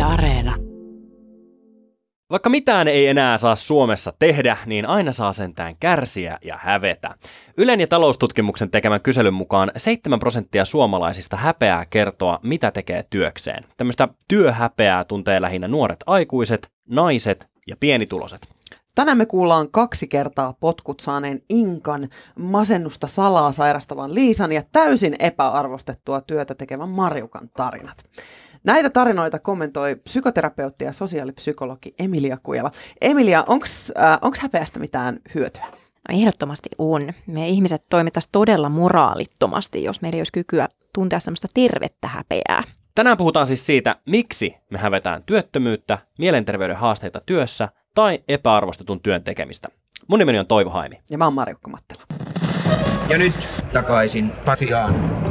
Areena. Vaikka mitään ei enää saa Suomessa tehdä, niin aina saa sentään kärsiä ja hävetä. Ylen ja taloustutkimuksen tekemän kyselyn mukaan 7% suomalaisista häpeää kertoa, mitä tekee työkseen. Tämmöistä työhäpeää tuntee lähinnä nuoret aikuiset, naiset ja pienituloiset. Tänään me kuullaan 2 kertaa potkut saaneen Inkan, masennusta salaa sairastavan Liisan ja täysin epäarvostettua työtä tekevän Marjukan tarinat. Näitä tarinoita kommentoi psykoterapeutti ja sosiaalipsykologi Emilia Kujala. Emilia, onko häpeästä mitään hyötyä? No, ehdottomasti on. Me ihmiset toimittaisiin todella moraalittomasti, jos meillä ei olisi kykyä tuntea semmoista tervettä häpeää. Tänään puhutaan siis siitä, miksi me hävetään työttömyyttä, mielenterveyden haasteita työssä tai epäarvostetun työn tekemistä. Mun nimeni on Toivo Haimi. Ja mä oon Marjukka Mattila. Ja nyt takaisin Pasiaan.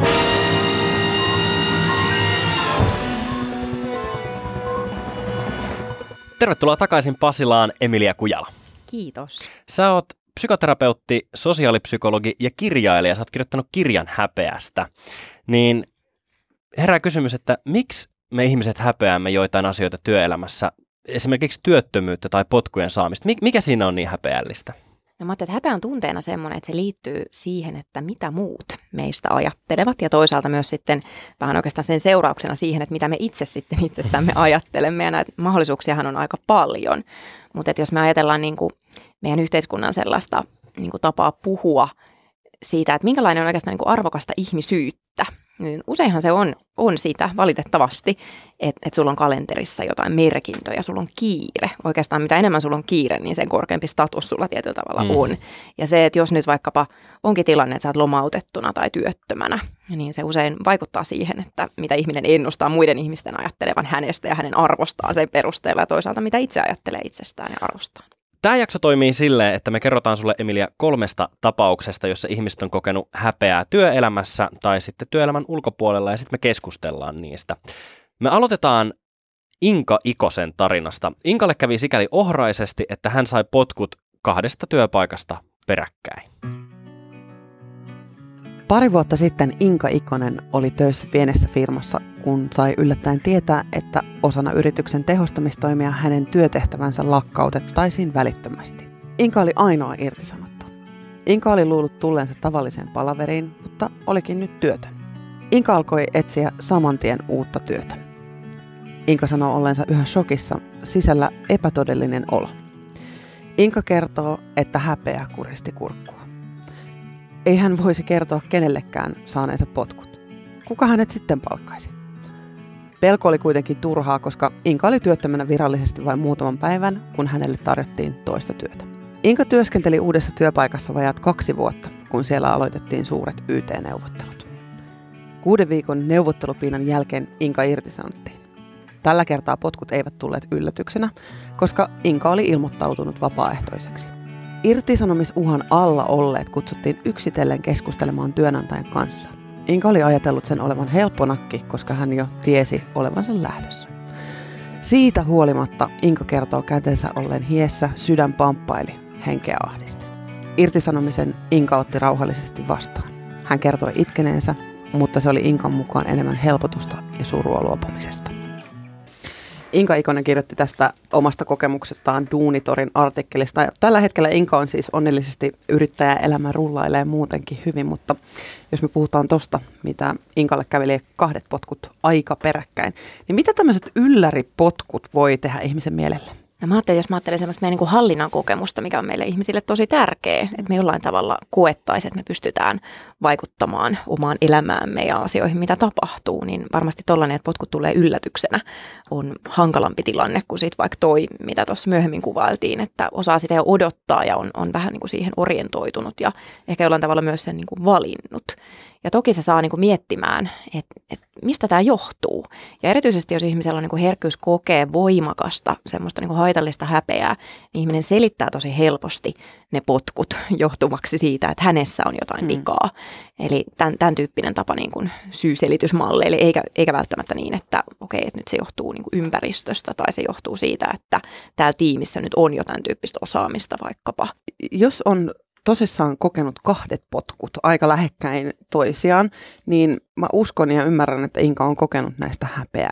Tervetuloa takaisin Pasilaan, Emilia Kujala. Kiitos. Sä oot psykoterapeutti, sosiaalipsykologi ja kirjailija. Sä oot kirjoittanut kirjan häpeästä. Niin herää kysymys, että miksi me ihmiset häpeämme joitain asioita työelämässä, esimerkiksi työttömyyttä tai potkujen saamista? Mikä siinä on niin häpeällistä? No mä ajattelin, että häpeä on tunteena semmoinen, että se liittyy siihen, että mitä muut meistä ajattelevat ja toisaalta myös sitten vähän oikeastaan sen seurauksena siihen, että mitä me itse sitten itsestämme ajattelemme ja näitä mahdollisuuksiahan on aika paljon. Mutta jos me ajatellaan niin kuin meidän yhteiskunnan sellaista niin kuin tapaa puhua siitä, että minkälainen on oikeastaan niin kuin arvokasta ihmisyyttä, niin useinhan se on sitä valitettavasti, että sulla on kalenterissa jotain merkintöjä, sulla on kiire. Oikeastaan mitä enemmän sulla on kiire, niin sen korkeampi status sulla tietyllä tavalla on. Ja se, että jos nyt vaikkapa onkin tilanne, että sä oot lomautettuna tai työttömänä, niin se usein vaikuttaa siihen, että mitä ihminen ennustaa muiden ihmisten ajattelevan hänestä ja hänen arvostaa sen perusteella ja toisaalta mitä itse ajattelee itsestään ja arvostaa. Tämä jakso toimii silleen, että me kerrotaan sulle, Emilia, 3 tapauksesta, jossa ihmiset on kokenut häpeää työelämässä tai sitten työelämän ulkopuolella ja sitten me keskustellaan niistä. Me aloitetaan Inka Ikosen tarinasta. Inkalle kävi sikäli ohraisesti, että hän sai potkut 2 työpaikasta peräkkäin. Pari vuotta sitten Inka Ikonen oli töissä pienessä firmassa, kun sai yllättäen tietää, että osana yrityksen tehostamistoimia hänen työtehtävänsä lakkautettaisiin välittömästi. Inka oli ainoa irtisanottu. Inka oli luullut tulleensa tavalliseen palaveriin, mutta olikin nyt työtön. Inka alkoi etsiä saman tien uutta työtä. Inka sanoo olleensa yhä shokissa, sisällä epätodellinen olo. Inka kertoo, että häpeä kuristi kurkkua. Ei hän voisi kertoa kenellekään saaneensa potkut. Kuka hänet sitten palkkaisi? Pelko oli kuitenkin turhaa, koska Inka oli työttömänä virallisesti vain muutaman päivän, kun hänelle tarjottiin toista työtä. Inka työskenteli uudessa työpaikassa vajaat 2 vuotta, kun siellä aloitettiin suuret YT-neuvottelut. 6 viikon neuvottelupiinan jälkeen Inka irtisanottiin. Tällä kertaa potkut eivät tulleet yllätyksenä, koska Inka oli ilmoittautunut vapaaehtoiseksi. Irtisanomisuhan alla olleet kutsuttiin yksitellen keskustelemaan työnantajan kanssa. Inka oli ajatellut sen olevan helppo nakki, koska hän jo tiesi olevansa lähdössä. Siitä huolimatta Inka kertoo kätensä olleen hiessä, sydän pamppaili, henkeä ahdisti. Irtisanomisen Inka otti rauhallisesti vastaan. Hän kertoi itkeneensä, mutta se oli Inkan mukaan enemmän helpotusta ja surua luopumisesta. Inka Ikonen kirjoitti tästä omasta kokemuksestaan Duunitorin artikkelista. Tällä hetkellä Inka on siis onnellisesti yrittäjäelämä rullailee muutenkin hyvin, mutta jos me puhutaan tosta, mitä Inkalle käveli 2 potkut aika peräkkäin, niin mitä tämmöiset ylläripotkut voi tehdä ihmisen mielelle? No mä ajattelin, jos mä ajattelen semmoista meidän niin kuin hallinnan kokemusta, mikä on meille ihmisille tosi tärkeä, että me jollain tavalla koettaisiin, että me pystytään vaikuttamaan omaan elämäämme ja asioihin, mitä tapahtuu, niin varmasti tollainen, että potkut tulee yllätyksenä, on hankalampi tilanne kuin sitten vaikka toi, mitä tuossa myöhemmin kuvailtiin, että osaa sitä jo odottaa ja on vähän niin kuin siihen orientoitunut ja ehkä jollain tavalla myös sen niin kuin valinnut. Ja toki se saa niin kuin miettimään, että mistä tämä johtuu. Ja erityisesti jos ihmisellä on niin kuin herkkyys kokee voimakasta, semmoista niin kuin haitallista häpeää, niin ihminen selittää tosi helposti ne potkut johtuvaksi siitä, että hänessä on jotain vikaa. Eli tämän tyyppinen tapa niin kuin syyselitysmalleille, eikä välttämättä niin, että okei, että nyt se johtuu niin kuin ympäristöstä tai se johtuu siitä, että täällä tiimissä nyt on jotain tyyppistä osaamista vaikkapa. Jos on tosissaan kokenut 2 potkut aika lähekkäin toisiaan, niin mä uskon ja ymmärrän, että Inka on kokenut näistä häpeää.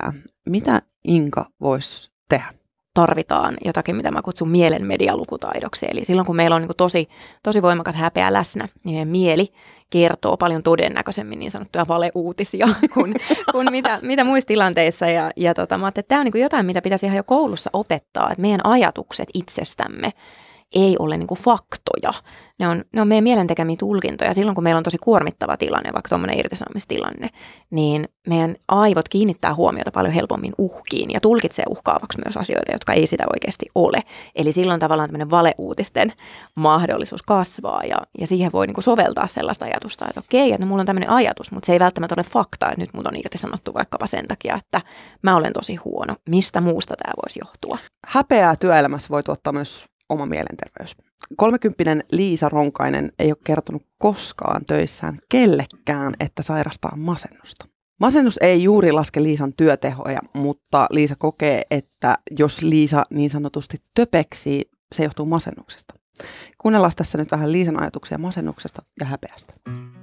Mitä Inka voisi tehdä? Tarvitaan jotakin, mitä mä kutsun mielen medialukutaidoksi. Eli silloin, kun meillä on niin tosi voimakas häpeä läsnä, niin meidän mieli kertoo paljon todennäköisemmin niin sanottuja valeuutisia kuin mitä muissa tilanteissa. Mä ajattelin, että tämä on niin jotain, mitä pitäisi ihan jo koulussa opettaa, että meidän ajatukset itsestämme ei ole niin kuin faktoja. Ne on meidän mielen tekemiä tulkintoja. Silloin, kun meillä on tosi kuormittava tilanne, vaikka tuommoinen irtisanomistilanne, niin meidän aivot kiinnittää huomiota paljon helpommin uhkiin ja tulkitsee uhkaavaksi myös asioita, jotka ei sitä oikeasti ole. Eli silloin tavallaan tämmöinen valeuutisten mahdollisuus kasvaa ja siihen voi niin kuin soveltaa sellaista ajatusta, että okei, että mulla on tämmöinen ajatus, mutta se ei välttämättä ole fakta, että nyt mut on irtisanottu vaikkapa sen takia, että mä olen tosi huono. Mistä muusta tämä voisi johtua? Häpeää työelämässä voi tuottaa myös oma mielenterveys. 30 Liisa Ronkainen ei ole kertonut koskaan töissään kellekään, että sairastaa masennusta. Masennus ei juuri laske Liisan työtehoja, mutta Liisa kokee, että jos Liisa niin sanotusti töpeksii, se johtuu masennuksesta. Kuunnellaan tässä nyt vähän Liisan ajatuksia masennuksesta ja häpeästä.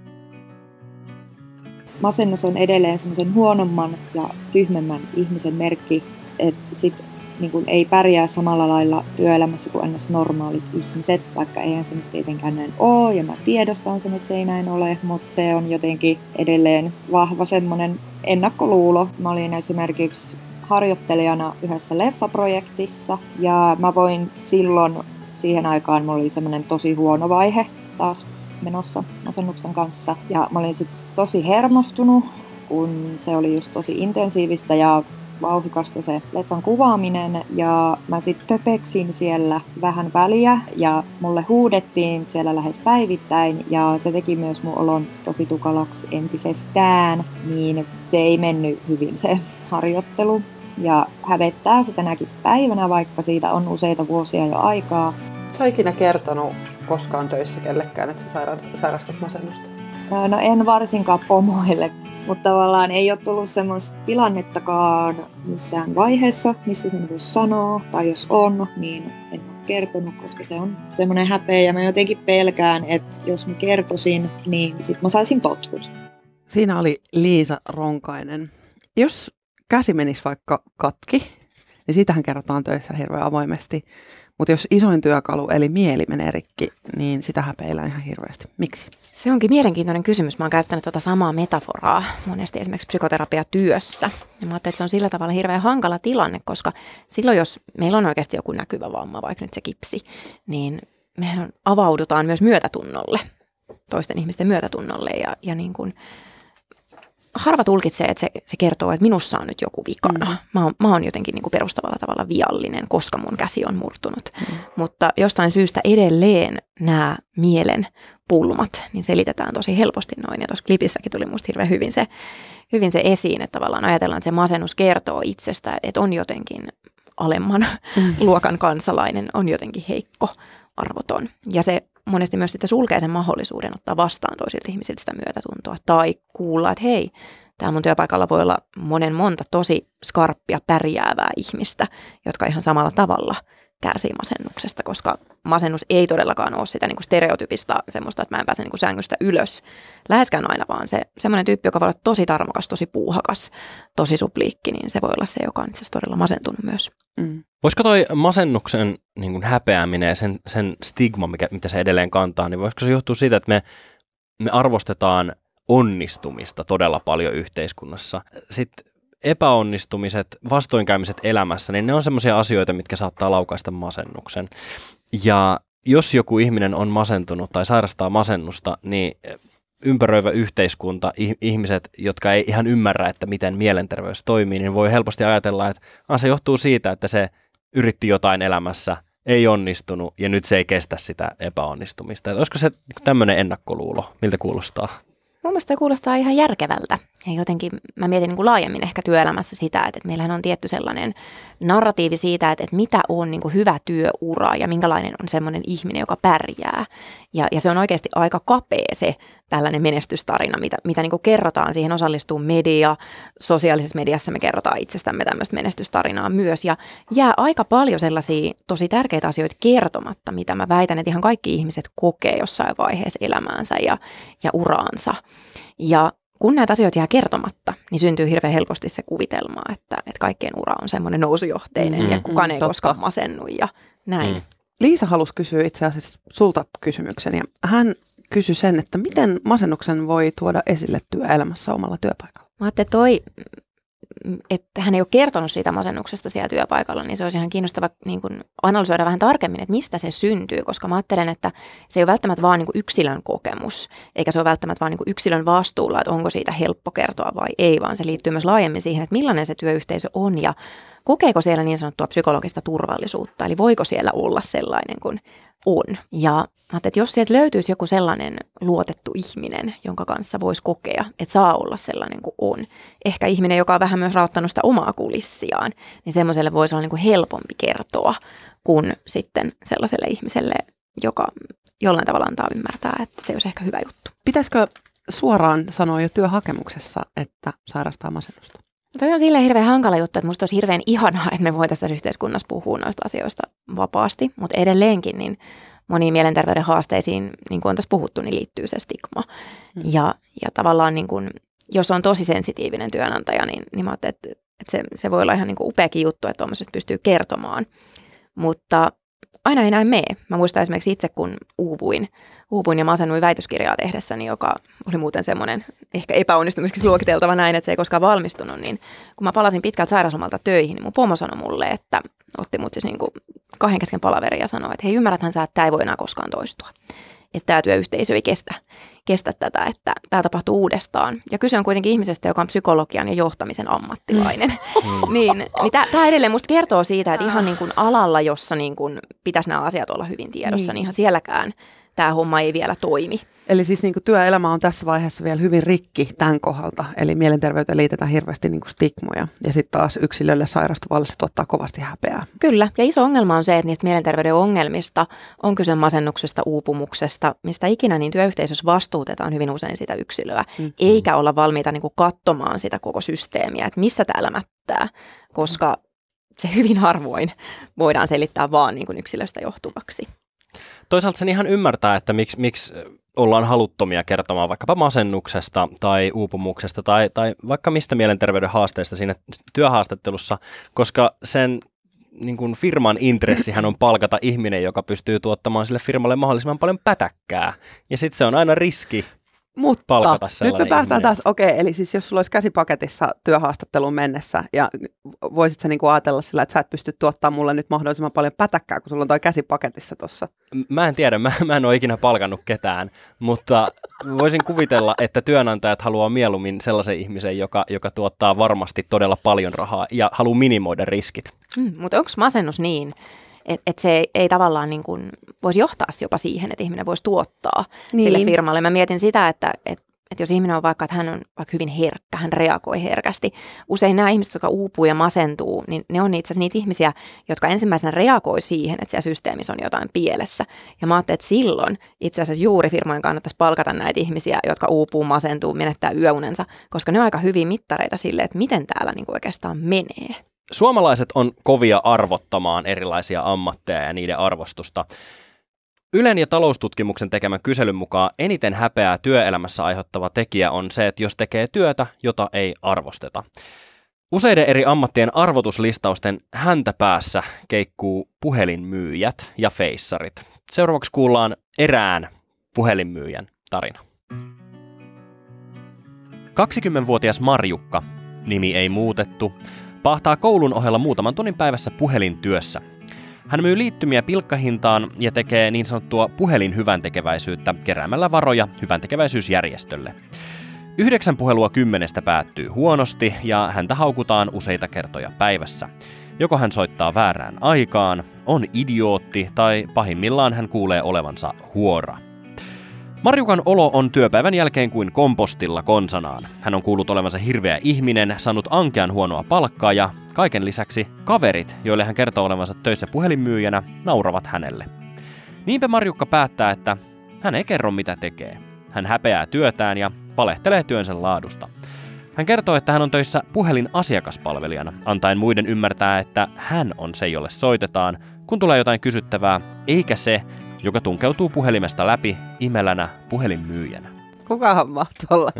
Masennus on edelleen semmoisen huonomman ja tyhmemmän ihmisen merkki, että niin kuin ei pärjää samalla lailla työelämässä kuin ennäs normaalit ihmiset, vaikka eihän se nyt tietenkään näin ole, ja mä tiedostan sen, että se ei näin ole, mutta se on jotenkin edelleen vahva semmoinen ennakkoluulo. Mä olin esimerkiksi harjoittelijana yhdessä leffaprojektissa, ja mä voin silloin, siihen aikaan mulla oli semmoinen tosi huono vaihe taas menossa masennuksen kanssa, ja mä olin sitten tosi hermostunut, kun se oli just tosi intensiivistä ja vauhdikasta se leffan kuvaaminen, ja mä sitten töpeksin siellä vähän väliä ja mulle huudettiin siellä lähes päivittäin ja se teki myös mun olon tosi tukalaksi entisestään, niin se ei mennyt hyvin se harjoittelu ja hävettää se tänäkin päivänä, vaikka siitä on useita vuosia jo aikaa. Sä ikinä kertonut koskaan töissä kellekään, että sä sairastat masennusta? No en varsinkaan pomoille, mutta tavallaan ei ole tullut semmoista tilannettakaan missään vaiheessa, missä sen voisi sanoa, tai jos on, niin en ole kertonut, koska se on semmoinen häpeä, ja mä jotenkin pelkään, että jos mä kertoisin, niin sit mä saisin potkut. Siinä oli Liisa Ronkainen. Jos käsi menisi vaikka katki, niin siitähän kerrotaan töissä hirveän avoimesti. Mutta jos isoin työkalu eli mieli menee rikki, niin sitä häpeillään ihan hirveästi. Miksi? Se onkin mielenkiintoinen kysymys. Mä oon käyttänyt tuota samaa metaforaa monesti esimerkiksi psykoterapiatyössä. Ja mä ajattelin, että se on sillä tavalla hirveän hankala tilanne, koska silloin jos meillä on oikeasti joku näkyvä vamma, vaikka nyt se kipsi, niin mehän avaudutaan myös myötätunnolle, toisten ihmisten myötätunnolle ja niin kuin harva tulkitsee, että se kertoo, että minussa on nyt joku vikana. Mä oon jotenkin niin kuin perustavalla tavalla viallinen, koska mun käsi on murtunut. Mutta jostain syystä edelleen nämä mielen pulmat niin selitetään tosi helposti noin. Ja tuossa klipissäkin tuli musta hirveän hyvin se esiin, että tavallaan ajatellaan, että se masennus kertoo itsestä, että on jotenkin alemman luokan kansalainen, on jotenkin heikko, arvoton. Ja se monesti myös sitten sulkee sen mahdollisuuden ottaa vastaan toisilta ihmisiltä sitä myötätuntoa tai kuulla, että hei, täällä mun työpaikalla voi olla monta tosi skarppia pärjäävää ihmistä, jotka ihan samalla tavalla kärsii masennuksesta, koska masennus ei todellakaan ole sitä niin kuin stereotypista semmoista, että mä en pääse niin kuin sängystä ylös läheskään aina, vaan se semmoinen tyyppi, joka voi olla tosi tarmokas, tosi puuhakas, tosi supliikki, niin se voi olla se, joka on itse asiassa todella masentunut myös. Voisiko toi masennuksen niin kuin häpeäminen ja sen stigma, mitä se edelleen kantaa, niin voisiko se johtua siitä, että me arvostetaan onnistumista todella paljon yhteiskunnassa? Sitten epäonnistumiset, vastoinkäymiset elämässä, niin ne on semmoisia asioita, mitkä saattaa laukaista masennuksen. Ja jos joku ihminen on masentunut tai sairastaa masennusta, niin ympäröivä yhteiskunta, ihmiset, jotka ei ihan ymmärrä, että miten mielenterveys toimii, niin voi helposti ajatella, että se johtuu siitä, että se yritti jotain elämässä, ei onnistunut ja nyt se ei kestä sitä epäonnistumista. Että olisiko se tämmöinen ennakkoluulo? Miltä kuulostaa? Mun mielestä kuulostaa ihan järkevältä. Ja jotenkin mä mietin niin kuin laajemmin ehkä työelämässä sitä, että meillähän on tietty sellainen narratiivi siitä, että mitä on niin kuin hyvä työura ja minkälainen on semmoinen ihminen, joka pärjää. Ja se on oikeasti aika kapea se tällainen menestystarina, mitä niin kuin kerrotaan. Siihen osallistuu media, sosiaalisessa mediassa me kerrotaan itsestämme tämmöistä menestystarinaa myös. Ja jää aika paljon sellaisia tosi tärkeitä asioita kertomatta, mitä mä väitän, että ihan kaikki ihmiset kokee jossain vaiheessa elämäänsä ja uraansa. Ja kun näitä asioita jää kertomatta, niin syntyy hirveän helposti se kuvitelma, että kaikkien ura on semmoinen nousujohteinen ja kukaan ei koskaan masennu ja näin. Liisa halusi kysyä itse asiassa sulta kysymyksen ja hän kysyi sen, että miten masennuksen voi tuoda esille työelämässä omalla työpaikalla? Mä ajattelin, että hän ei ole kertonut siitä masennuksesta siellä työpaikalla, niin se olisi ihan kiinnostava niin kuin analysoida vähän tarkemmin, että mistä se syntyy, koska mä ajattelen, että se ei ole välttämättä vaan niin kuin yksilön kokemus, eikä se ole välttämättä vaan niin kuin yksilön vastuulla, että onko siitä helppo kertoa vai ei, vaan se liittyy myös laajemmin siihen, että millainen se työyhteisö on ja kokeeko siellä niin sanottua psykologista turvallisuutta, eli voiko siellä olla sellainen kuin on. Ja mä ajattelin, että jos sieltä löytyisi joku sellainen luotettu ihminen, jonka kanssa voisi kokea, että saa olla sellainen kuin on, ehkä ihminen, joka on vähän myös raottanut sitä omaa kulissiaan, niin semmoiselle voisi olla niin kuin helpompi kertoa kuin sitten sellaiselle ihmiselle, joka jollain tavalla antaa ymmärtää, että se olisi ehkä hyvä juttu. Pitäisikö suoraan sanoa jo työhakemuksessa, että sairastaa masennusta? Toi on silleen hirveän hankala juttu, että musta olisi hirveän ihanaa, että me voitaisiin tässä yhteiskunnassa puhua noista asioista vapaasti, mutta edelleenkin niin moniin mielenterveyden haasteisiin, niin kuin on tässä puhuttu, niin liittyy se stigma. Ja tavallaan niin kuin, jos on tosi sensitiivinen työnantaja, niin mä ajattelin, että se voi olla ihan niin kuin upeakin juttu, että tuommoisesta pystyy kertomaan, mutta aina ei näin mene. Mä muistan esimerkiksi itse, kun uuvuin ja masennuin väitöskirjaa tehdessäni, joka oli muuten semmoinen ehkä epäonnistumiseksi luokiteltava näin, että se ei koskaan valmistunut, niin kun mä palasin pitkältä sairauslomalta töihin, niin mun pomo sanoi mulle, että otti mut siis niin kuin 2 kesken palaverin ja sanoi, että hei, ymmärräthän sä, että tämä ei voi enää koskaan toistua. Että tämä työyhteisö ei kestä tätä, että tämä tapahtuu uudestaan. Ja kyse on kuitenkin ihmisestä, joka on psykologian ja johtamisen ammattilainen. niin tämä edelleen musta kertoo siitä, että ihan niin kuin alalla, jossa niin kuin pitäisi nämä asiat olla hyvin tiedossa, niin ihan sielläkään tämä homma ei vielä toimi. Eli siis niin kuin työelämä on tässä vaiheessa vielä hyvin rikki tämän kohdalta. Eli mielenterveyteen liitetään hirveästi niin kuin stigmoja. Ja sitten taas yksilölle sairastuvalle se tuottaa kovasti häpeää. Kyllä. Ja iso ongelma on se, että niistä mielenterveyden ongelmista on kyse masennuksesta, uupumuksesta, mistä ikinä niin työyhteisössä vastuutetaan hyvin usein sitä yksilöä. Eikä olla valmiita niin kuin katsomaan sitä koko systeemiä, että missä täällä mättää, koska se hyvin harvoin voidaan selittää vaan niin kuin yksilöstä johtuvaksi. Toisaalta sen ihan ymmärtää, että miksi ollaan haluttomia kertomaan vaikkapa masennuksesta tai uupumuksesta tai vaikka mistä mielenterveyden haasteista siinä työhaastattelussa, koska sen niin kuin firman intressihän on palkata ihminen, joka pystyy tuottamaan sille firmalle mahdollisimman paljon pätäkkää. Ja sitten se on aina riski palkata sellainen nyt me päästään ihminen. taas, eli siis jos sulla olisi käsipaketissa työhaastatteluun mennessä ja voisit sä niinku ajatella sillä, että sä et pysty tuottamaan mulle nyt mahdollisimman paljon pätäkkää, kun sulla on toi käsipaketissa tuossa. Mä en tiedä, mä en ole ikinä palkannut ketään, mutta voisin kuvitella, että työnantajat haluaa mieluummin sellaisen ihmisen, joka tuottaa varmasti todella paljon rahaa ja haluaa minimoida riskit. Mutta onko masennus niin, että se ei tavallaan niin kuin voisi johtaa jopa siihen, että ihminen voisi tuottaa sille firmalle. Mä mietin sitä, että jos ihminen on vaikka, että hän on vaikka hyvin herkkä, hän reagoi herkästi. Usein nämä ihmiset, jotka uupuu ja masentuu, niin ne on itse asiassa niitä ihmisiä, jotka ensimmäisenä reagoi siihen, että siellä systeemissä on jotain pielessä. Ja mä ajattelin, että silloin itse asiassa juuri firmojen kannattaisi palkata näitä ihmisiä, jotka uupuu, masentuu, menettää yöunensa, koska ne on aika hyviä mittareita sille, että miten täällä niin kuin oikeastaan menee. Suomalaiset on kovia arvottamaan erilaisia ammatteja ja niiden arvostusta. Ylen ja taloustutkimuksen tekemän kyselyn mukaan eniten häpeää työelämässä aiheuttava tekijä on se, että jos tekee työtä, jota ei arvosteta. Useiden eri ammattien arvotuslistausten häntäpäässä keikkuu puhelinmyyjät ja feissarit. Seuraavaksi kuullaan erään puhelinmyyjän tarina. 20-vuotias Marjukka, nimi ei muutettu, pahtaa koulun ohella muutaman tunnin päivässä puhelintyössä. Hän myy liittymiä pilkkahintaan ja tekee niin sanottua puhelinhyväntekeväisyyttä keräämällä varoja hyväntekeväisyysjärjestölle. 9 puhelua 10 päättyy huonosti ja häntä haukutaan useita kertoja päivässä. Joko hän soittaa väärään aikaan, on idiootti tai pahimmillaan hän kuulee olevansa huora. Marjukan olo on työpäivän jälkeen kuin kompostilla konsanaan. Hän on kuullut olevansa hirveä ihminen, saanut ankean huonoa palkkaa ja kaiken lisäksi kaverit, joille hän kertoo olevansa töissä puhelinmyyjänä, nauravat hänelle. Niinpä Marjukka päättää, että hän ei kerro mitä tekee. Hän häpeää työtään ja valehtelee työnsä laadusta. Hän kertoo, että hän on töissä puhelin-asiakaspalvelijana, antaen muiden ymmärtää, että hän on se, jolle soitetaan, kun tulee jotain kysyttävää, eikä se, joka tunkeutuu puhelimesta läpi imelänä puhelinmyyjänä. Kukahan mahtuu olla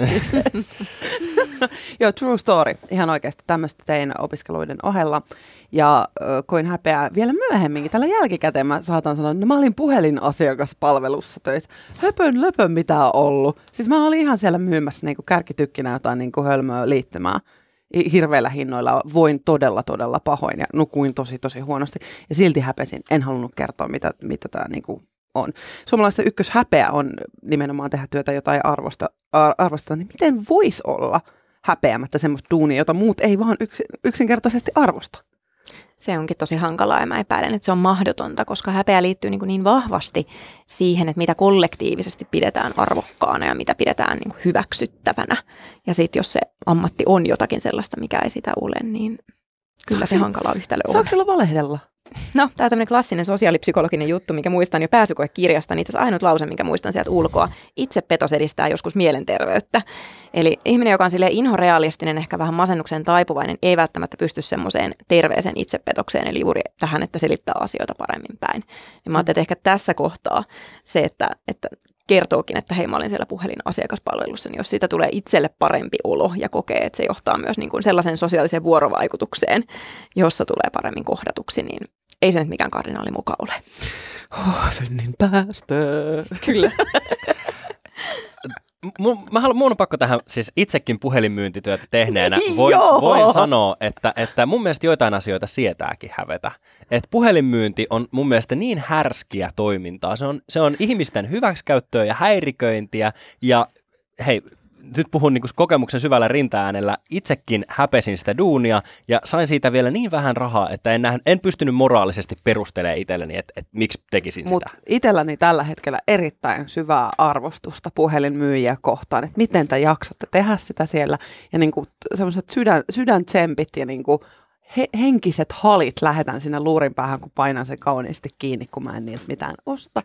Joo, true story. Ihan oikeasti tämmöistä tein opiskeluiden ohella. Ja koin häpeää vielä myöhemminkin. Tällä jälkikäteen mä saatan sanoa, että mä olin puhelinasiakaspalvelussa töissä. Löpön mitä on ollut. Siis mä olin ihan siellä myymässä niin kuin kärkitykkinä jotain niin kuin hölmöä liittymää. Hirveillä hinnoilla voin todella pahoin ja nukuin tosi huonosti. Ja silti häpesin. En halunnut kertoa, mitä tämä niin kuin on. Suomalaisten ykköshäpeä on nimenomaan tehdä työtä, jota ei arvosta. Niin miten voisi olla häpeämättä semmoista duunia, jota muut ei vaan yksinkertaisesti arvosta? Se onkin tosi hankalaa ja mä epäilen, että se on mahdotonta, koska häpeä liittyy niin vahvasti siihen, että mitä kollektiivisesti pidetään arvokkaana ja mitä pidetään niin kuin hyväksyttävänä. Ja sitten jos se ammatti on jotakin sellaista, mikä ei sitä ole, niin kyllä se hankala yhtälö on. Saako sillä valehdella? No, tämä on tämmöinen klassinen sosiaalipsykologinen juttu, mikä muistan jo pääsykoekirjasta. Itse asiassa ainut lause, minkä muistan sieltä ulkoa. Itsepetos edistää joskus mielenterveyttä. Eli ihminen, joka on silleen inhorealistinen, ehkä vähän masennukseen taipuvainen, ei välttämättä pysty semmoiseen terveeseen itsepetokseen, eli juuri tähän, että selittää asioita paremmin päin. Ja mä ajattelin, että ehkä tässä kohtaa se, että kertookin, että hei, mä olin siellä asiakaspalvelussa, niin jos siitä tulee itselle parempi olo ja kokee, että se johtaa myös niin kuin sellaiseen sosiaaliseen vuorovaikutukseen, jossa tulee paremmin kohdatuksi, niin ei se nyt mikään kardinaali muka ole. Synnin päästö. Kyllä. Mun on pakko tähän siis itsekin puhelinmyyntityötä tehneenä. Voin sanoa, että mun mielestä joitain asioita sietääkin hävetä. Et puhelinmyynti on mun mielestä niin härskiä toimintaa. Se on ihmisten hyväksikäyttöä ja häiriköintiä ja hei, nyt puhun niin kuin kokemuksen syvällä rintaäänellä. Itsekin häpesin sitä duunia ja sain siitä vielä niin vähän rahaa, että en pystynyt moraalisesti perustelemaan itselleni, että miksi tekisin sitä. Mutta itselläni tällä hetkellä erittäin syvää arvostusta puhelinmyyjiä kohtaan, että miten te jaksatte tehdä sitä siellä ja niinku sellaiset sydäntsempit ja niinku henkiset halit lähetän sinne luurin päähän, kun painan sen kauniisti kiinni, kun mä en niiltä mitään osta.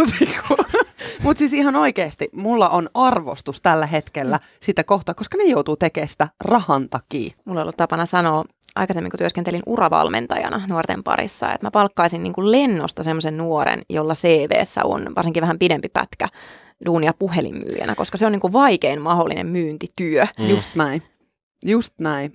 Mutta siis ihan oikeasti, mulla on arvostus tällä hetkellä sitä kohtaa, koska ne joutuu tekemään sitä rahan takia. Mulla on ollut tapana sanoa aikaisemmin, kun työskentelin uravalmentajana nuorten parissa, että mä palkkaisin niin kuin lennosta semmoisen nuoren, jolla CV:ssä on varsinkin vähän pidempi pätkä duunia puhelinmyyjänä, koska se on niin kuin vaikein mahdollinen myyntityö. Just näin.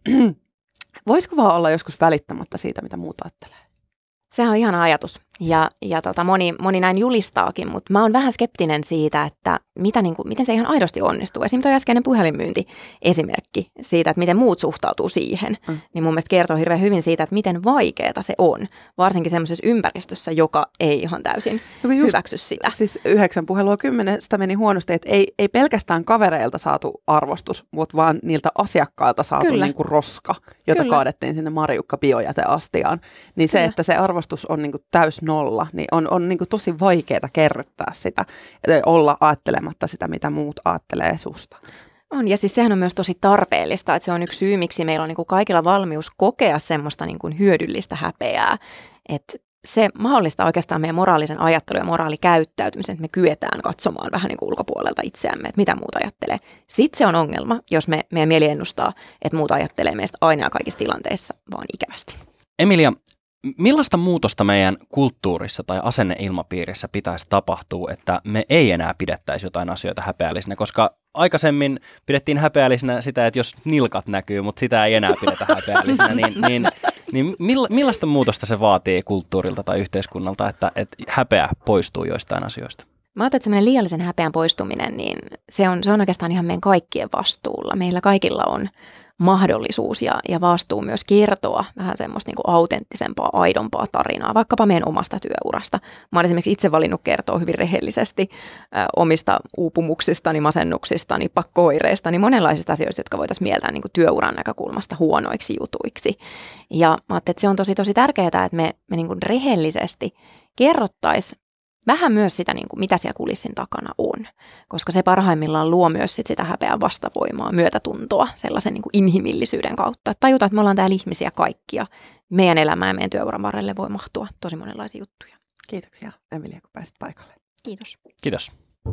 Voisiko vaan olla joskus välittämättä siitä, mitä muut ajattelee? Sehän on ihana ajatus ja moni näin julistaakin, mutta mä oon vähän skeptinen siitä, että miten se ihan aidosti onnistuu. Esimerkiksi tuo äskeinen puhelinmyynti-esimerkki siitä, että miten muut suhtautuu siihen, niin mun mielestä kertoo hirveän hyvin siitä, että miten vaikeaa se on, varsinkin semmoisessa ympäristössä, joka ei ihan täysin hyväksy sitä. Siis 9 puhelua 10 meni huonosti, että ei pelkästään kavereilta saatu arvostus, mutta vaan niiltä asiakkailta saatu niinku roska, jota kaadettiin sinne Marjukka biojäteastiaan. Niin se, että se arvostus on niinku täys nolla, niin on niinku tosi vaikeaa kerryttää sitä, olla ajattelematta sitä, mitä muut ajattelee susta. On, ja siis sehän on myös tosi tarpeellista, että se on yksi syy, miksi meillä on niinku kaikilla valmius kokea semmoista niinku hyödyllistä häpeää, että se mahdollistaa oikeastaan meidän moraalisen ajattelun ja moraalikäyttäytymisen, että me kyetään katsomaan vähän niin kuin ulkopuolelta itseämme, että mitä muut ajattelee. Sitten se on ongelma, jos meidän mieli ennustaa, että muut ajattelee meistä aina ja kaikissa tilanteissa vaan ikävästi. Emilia, millaista muutosta meidän kulttuurissa tai asenneilmapiirissä pitäisi tapahtua, että me ei enää pidettäisi jotain asioita häpeällisinä, koska aikaisemmin pidettiin häpeällisinä sitä, että jos nilkat näkyy, mutta sitä ei enää pidetä häpeällisinä, niin millaista muutosta se vaatii kulttuurilta tai yhteiskunnalta, että häpeä poistuu joistain asioista? Mä ajattelin, että semmoinen liiallisen häpeän poistuminen, niin se on oikeastaan ihan meidän kaikkien vastuulla. Meillä kaikilla on mahdollisuus ja vastuu myös kertoa vähän semmoista niin kuin autenttisempaa, aidompaa tarinaa, vaikkapa meidän omasta työurasta. Mä olen esimerkiksi itse valinnut kertoa hyvin rehellisesti omista uupumuksistani, masennuksistani, pakko-oireistani, monenlaisista asioista, jotka voitaisiin mieltää niin kuin työuran näkökulmasta huonoiksi jutuiksi. Ja mä ajattelin, että se on tosi tärkeää, että me niin kuin rehellisesti kerrottaisiin vähän myös sitä, niin kuin, mitä siellä kulissin takana on, koska se parhaimmillaan luo myös sitä häpeän vastavoimaa, myötätuntoa sellaisen niin kuin inhimillisyyden kautta. Että tajutaan, että me ollaan täällä ihmisiä kaikkia. Meidän elämään ja meidän työuran varrelle voi mahtua tosi monenlaisia juttuja. Kiitoksia, Emilia, kun pääsit paikalle. Kiitos. Kiitos.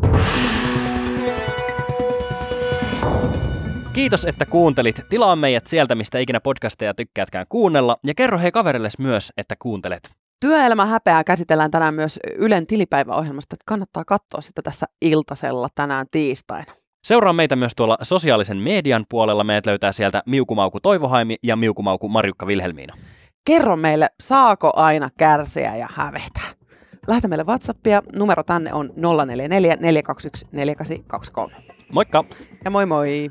Kiitos, että kuuntelit. Tilaa meidät sieltä, mistä ikinä podcasteja tykkäätkään kuunnella. Ja kerro hei kaverillesi myös, että kuuntelet. Työelämän häpeää käsitellään tänään myös Ylen tilipäiväohjelmasta, että kannattaa katsoa sitä tässä iltasella tänään tiistaina. Seuraa meitä myös tuolla sosiaalisen median puolella. Meidät löytää sieltä Miukumauku Toivohaimi ja Miukumauku Marjukka Vilhelmiina. Kerro meille, saako aina kärsiä ja hävetä? Lähetä meille WhatsAppia. Numero tänne on 044 421 4823. Moikka! Ja moi moi!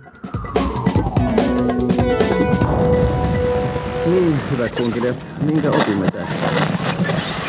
Niin, hyvät kunkilijat, minkä opimme tästä?